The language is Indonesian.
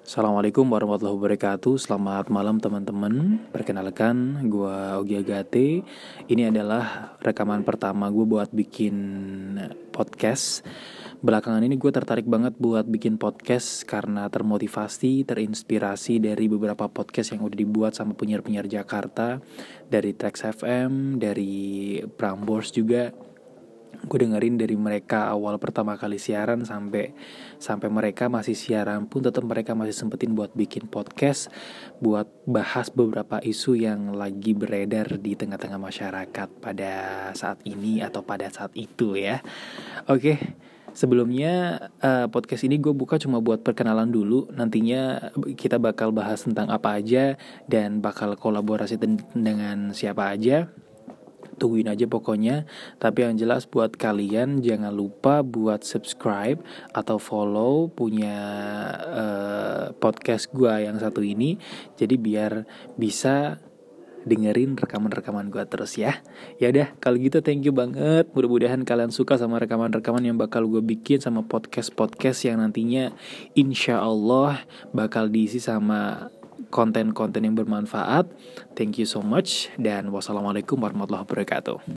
Assalamualaikum warahmatullahi wabarakatuh. Selamat malam teman-teman. Perkenalkan, gue Ogi Agate. Ini adalah rekaman pertama gue buat bikin podcast. Belakangan ini gue tertarik banget buat bikin podcast karena termotivasi, terinspirasi dari beberapa podcast yang udah dibuat sama penyiar-penyiar Jakarta, dari Trax FM, dari Prambors juga. Gue dengerin dari mereka awal pertama kali siaran sampai mereka masih siaran pun tetap mereka masih sempetin buat bikin podcast, buat bahas beberapa isu yang lagi beredar di tengah-tengah masyarakat pada saat ini atau pada saat itu ya. Oke, sebelumnya podcast ini gue buka cuma buat perkenalan dulu. Nantinya kita bakal bahas tentang apa aja dan bakal kolaborasi dengan siapa aja. Tungguin aja pokoknya. Tapi yang jelas buat kalian jangan lupa buat subscribe atau follow punya podcast gue yang satu ini. Jadi biar bisa dengerin rekaman-rekaman gue terus ya. Ya udah, kalau gitu thank you banget. Mudah-mudahan kalian suka sama rekaman-rekaman yang bakal gue bikin sama podcast-podcast yang nantinya insya Allah bakal diisi sama konten-konten yang bermanfaat. Thank you so much dan wassalamualaikum warahmatullahi wabarakatuh.